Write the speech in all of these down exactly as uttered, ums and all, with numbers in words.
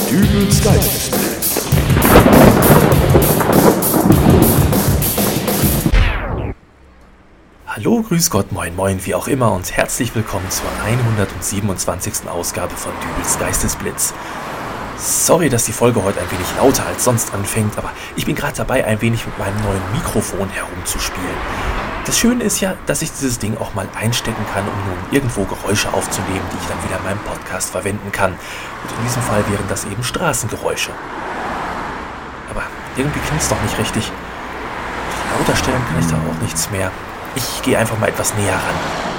Dübels Geistesblitz. Hallo, grüß Gott, moin moin, wie auch immer und herzlich willkommen zur hundertsiebenundzwanzigsten Ausgabe von Dübels Geistesblitz. Sorry, dass die Folge heute ein wenig lauter als sonst anfängt, aber ich bin gerade dabei, ein wenig mit meinem neuen Mikrofon herumzuspielen. Das Schöne ist ja, dass ich dieses Ding auch mal einstecken kann, um nun irgendwo Geräusche aufzunehmen, die ich dann wieder in meinem Podcast verwenden kann. Und in diesem Fall wären das eben Straßengeräusche. Aber irgendwie klingt es doch nicht richtig. Lauter stellen kann ich da auch nichts mehr. Ich gehe einfach mal etwas näher ran.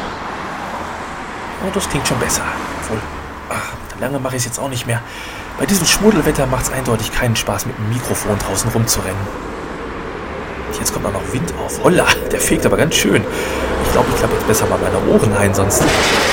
Oh, das klingt schon besser. Obwohl, ach, lange mache ich es jetzt auch nicht mehr. Bei diesem Schmuddelwetter macht es eindeutig keinen Spaß, mit dem Mikrofon draußen rumzurennen. Jetzt kommt auch noch Wind auf. Holla, der fegt aber ganz schön. Ich glaube, ich klappe jetzt besser mal meine Ohren ein, sonst...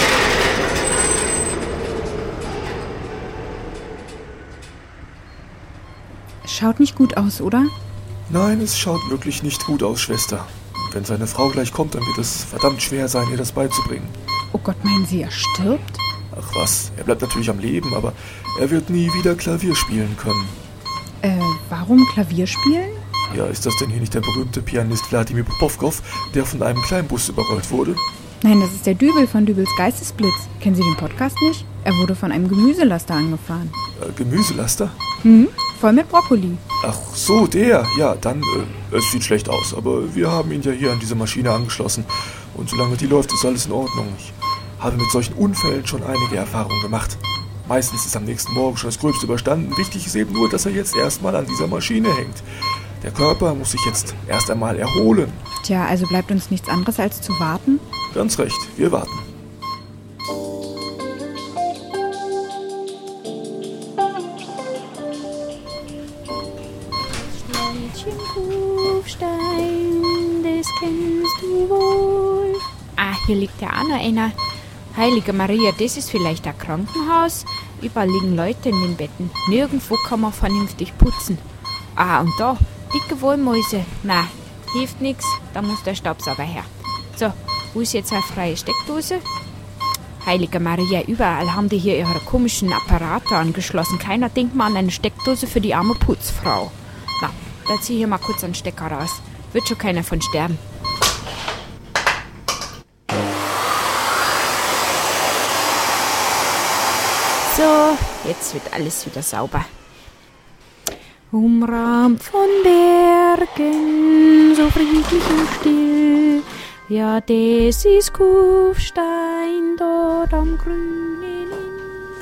Schaut nicht gut aus, oder? Nein, es schaut wirklich nicht gut aus, Schwester. Wenn seine Frau gleich kommt, dann wird es verdammt schwer sein, ihr das beizubringen. Oh Gott, meinen Sie, er stirbt? Ach was, er bleibt natürlich am Leben, aber er wird nie wieder Klavier spielen können. Äh, warum Klavier spielen? Ja, ist das denn hier nicht der berühmte Pianist Wladimir Popowkow, der von einem Kleinbus überrollt wurde? Nein, das ist der Dübel von Dübels Geistesblitz. Kennen Sie den Podcast nicht? Er wurde von einem Gemüselaster angefahren. Äh, Gemüselaster? Hm, voll mit Brokkoli. Ach so, der. Ja, dann, äh, es sieht schlecht aus, aber wir haben ihn ja hier an diese Maschine angeschlossen. Und solange die läuft, ist alles in Ordnung. Ich habe mit solchen Unfällen schon einige Erfahrungen gemacht. Meistens ist am nächsten Morgen schon das Gröbste überstanden. Wichtig ist eben nur, dass er jetzt erstmal an dieser Maschine hängt. Der Körper muss sich jetzt erst einmal erholen. Tja, also bleibt uns nichts anderes als zu warten? Ganz recht, wir warten. Schneidchen Kufstein, das kennst du wohl. Ah, hier liegt ja auch noch einer. Heilige Maria, das ist vielleicht ein Krankenhaus. Überall liegen Leute in den Betten. Nirgendwo kann man vernünftig putzen. Ah, und da, dicke Wollmäuse. Na, hilft nix, da muss der Staubsauger her. So, wo ist jetzt eine freie Steckdose? Heilige Maria, überall haben die hier ihre komischen Apparate angeschlossen. Keiner denkt mal an eine Steckdose für die arme Putzfrau. Na, da zieh ich hier mal kurz einen Stecker raus. Wird schon keiner von sterben. So, jetzt wird alles wieder sauber. Umrahmt von Bergen, so friedlich und still. Ja, das ist Kufstein dort am grünen Inn.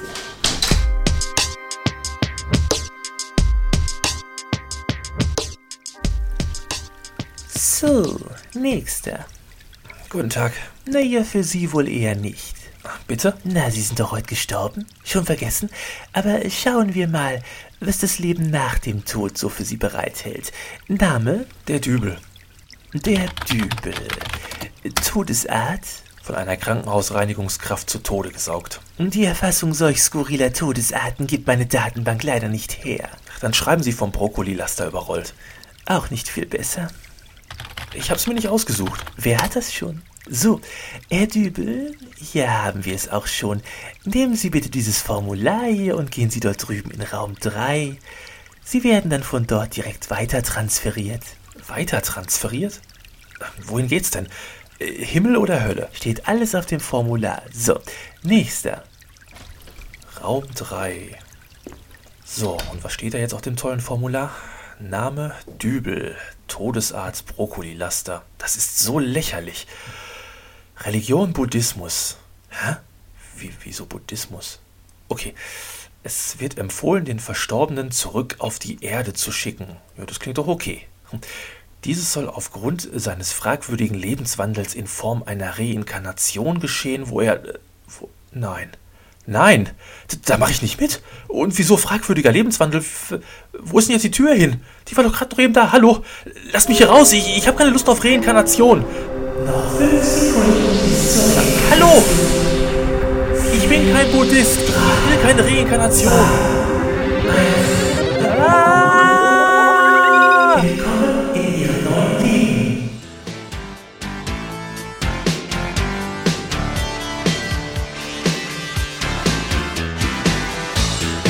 So, nächster. Guten Tag. Naja, für Sie wohl eher nicht. Bitte? Na, Sie sind doch heute gestorben. Schon vergessen? Aber schauen wir mal, was das Leben nach dem Tod so für Sie bereithält. Name? Der Dübel. Der Dübel. Todesart? Von einer Krankenhausreinigungskraft zu Tode gesaugt. Die Erfassung solch skurriler Todesarten gibt meine Datenbank leider nicht her. Dann schreiben Sie vom Brokkolilaster überrollt. Auch nicht viel besser. Ich hab's mir nicht ausgesucht. Wer hat das schon? So, Herr Dübel, hier haben wir es auch schon. Nehmen Sie bitte dieses Formular hier und gehen Sie dort drüben in Raum drei. Sie werden dann von dort direkt weiter transferiert. Weiter transferiert? Wohin geht's denn? Himmel oder Hölle? Steht alles auf dem Formular. So, nächster. Raum drei. So, und was steht da jetzt auf dem tollen Formular? Name Dübel, Todesart Brokkolilaster. Das ist so lächerlich. Religion Buddhismus. Hä? Wie, wieso Buddhismus? Okay. Es wird empfohlen, den Verstorbenen zurück auf die Erde zu schicken. Ja, das klingt doch okay. Dieses soll aufgrund seines fragwürdigen Lebenswandels in Form einer Reinkarnation geschehen, wo er... Äh, wo, nein. Nein, da mache ich nicht mit. Und wieso fragwürdiger Lebenswandel? Wo ist denn jetzt die Tür hin? Die war doch gerade noch eben da. Hallo, lass mich hier raus. Ich, ich habe keine Lust auf Reinkarnation. Noch fünf Sekunden bis zur Reinkarnation. Hallo! Ich bin kein Buddhist. Ich will keine Reinkarnation. Ah! Willkommen in Ihrem neuen Leben.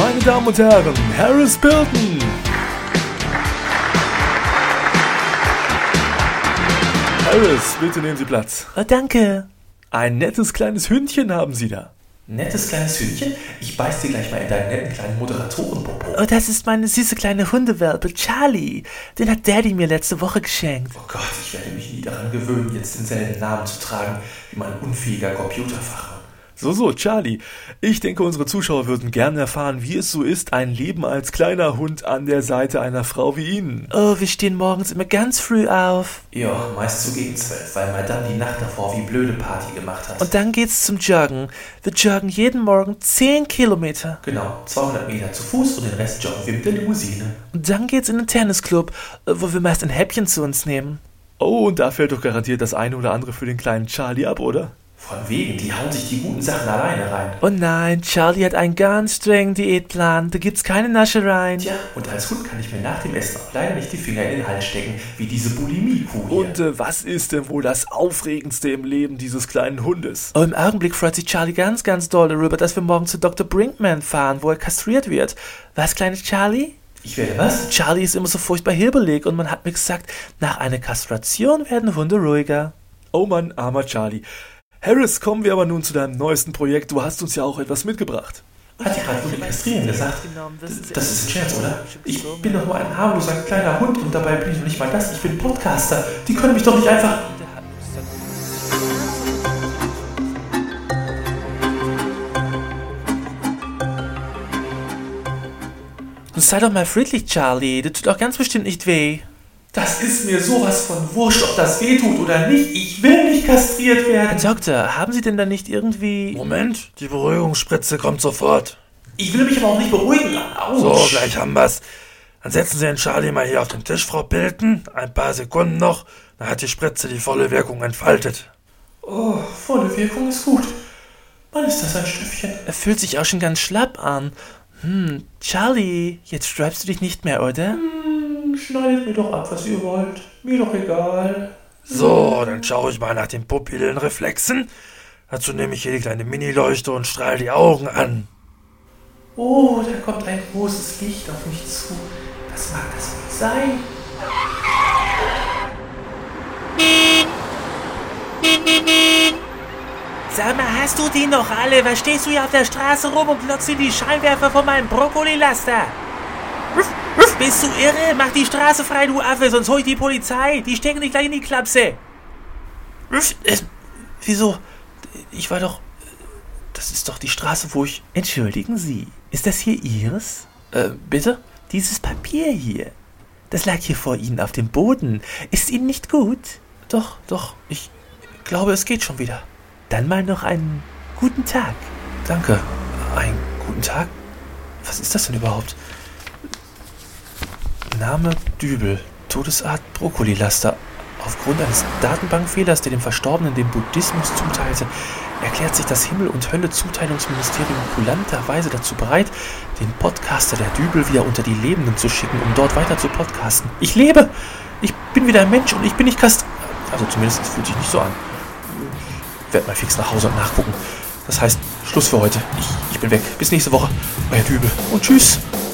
Meine Damen und Herren, Harris Pilton! Harris, bitte nehmen Sie Platz. Oh, danke. Ein nettes kleines Hündchen haben Sie da. Nettes kleines Hündchen? Ich beiß dir gleich mal in deinen netten kleinen Moderatorenpopo. Oh, das ist meine süße kleine Hundewelpe, Charlie. Den hat Daddy mir letzte Woche geschenkt. Oh Gott, ich werde mich nie daran gewöhnen, jetzt denselben Namen zu tragen wie mein unfähiger Computerfachmann. So, so, Charlie. Ich denke, unsere Zuschauer würden gerne erfahren, wie es so ist, ein Leben als kleiner Hund an der Seite einer Frau wie Ihnen. Oh, wir stehen morgens immer ganz früh auf. Ja, meist so gegen zwölf, weil Madame die Nacht davor wie blöde Party gemacht hat. Und dann geht's zum Joggen. Wir joggen jeden Morgen zehn Kilometer. Genau, zweihundert Meter zu Fuß und den Rest joggen wir mit der Limousine. Und dann geht's in den Tennisclub, wo wir meist ein Häppchen zu uns nehmen. Oh, und da fällt doch garantiert das eine oder andere für den kleinen Charlie ab, oder? Von wegen, die hauen sich die guten Sachen alleine rein. Oh nein, Charlie hat einen ganz strengen Diätplan. Da gibt's keine Naschereien. Tja, und als Hund kann ich mir nach dem Essen auch leider nicht die Finger in den Hals stecken, wie diese Bulimie-Kuh hier. Und äh, was ist denn wohl das Aufregendste im Leben dieses kleinen Hundes? Oh, im Augenblick freut sich Charlie ganz, ganz doll darüber, dass wir morgen zu Doktor Brinkman fahren, wo er kastriert wird. Was, kleines Charlie? Ich werde was? Charlie ist immer so furchtbar hibbelig und man hat mir gesagt, nach einer Kastration werden Hunde ruhiger. Oh Mann, armer Charlie. Harris, kommen wir aber nun zu deinem neuesten Projekt. Du hast uns ja auch etwas mitgebracht. Hat die gerade Hunde kastrieren gesagt? Das ist ein Scherz, oder? Ich bin doch nur ein harmloser kleiner Hund und dabei bin ich noch nicht mal das. Ich bin Podcaster. Die können mich doch nicht einfach... Sei doch mal friedlich, Charlie. Das tut auch ganz bestimmt nicht weh. Das ist mir sowas von wurscht, ob das weh tut oder nicht. Ich will nicht kastriert werden. Herr Doktor, haben Sie denn da nicht irgendwie... Moment, die Beruhigungsspritze kommt sofort. Ich will mich aber auch nicht beruhigen. Autsch. So, gleich haben wir's. Dann setzen Sie den Charlie mal hier auf den Tisch, Frau Pilton. Ein paar Sekunden noch, dann hat die Spritze die volle Wirkung entfaltet. Oh, volle Wirkung ist gut. Wann ist das ein Stöffchen? Er fühlt sich auch schon ganz schlapp an. Hm, Charlie, jetzt sträubst du dich nicht mehr, oder? Hm, schneidet mir doch ab, was ihr wollt. Mir doch egal. So, dann schaue ich mal nach den Pupillenreflexen. Dazu nehme ich hier die kleine Mini-Leuchte und strahle die Augen an. Oh, da kommt ein großes Licht auf mich zu. Was mag das wohl sein? Sag mal, hast du die noch alle? Was stehst du hier auf der Straße rum und glockst in die Scheinwerfer von meinem Brokkolilaster? Bist du irre? Mach die Straße frei, du Affe, sonst hol ich die Polizei. Die stecken dich gleich in die Klapse. Äh, wieso? Ich war doch... Das ist doch die Straße, wo ich... Entschuldigen Sie, ist das hier Ihres? Äh, bitte? Dieses Papier hier. Das lag hier vor Ihnen auf dem Boden. Ist Ihnen nicht gut? Doch, doch, ich glaube, es geht schon wieder. Dann mal noch einen guten Tag. Danke. Einen guten Tag? Was ist das denn überhaupt? Name Dübel. Todesart Brokkolilaster. Aufgrund eines Datenbankfehlers, der dem Verstorbenen den Buddhismus zuteilte, erklärt sich das Himmel- und Hölle-Zuteilungsministerium kulanterweise dazu bereit, den Podcaster der Dübel wieder unter die Lebenden zu schicken, um dort weiter zu podcasten. Ich lebe! Ich bin wieder ein Mensch und ich bin nicht kast... Also zumindest es fühlt sich nicht so an. Ich werde mal fix nach Hause und nachgucken. Das heißt, Schluss für heute. Ich, ich bin weg. Bis nächste Woche. Euer Dübel. Und tschüss.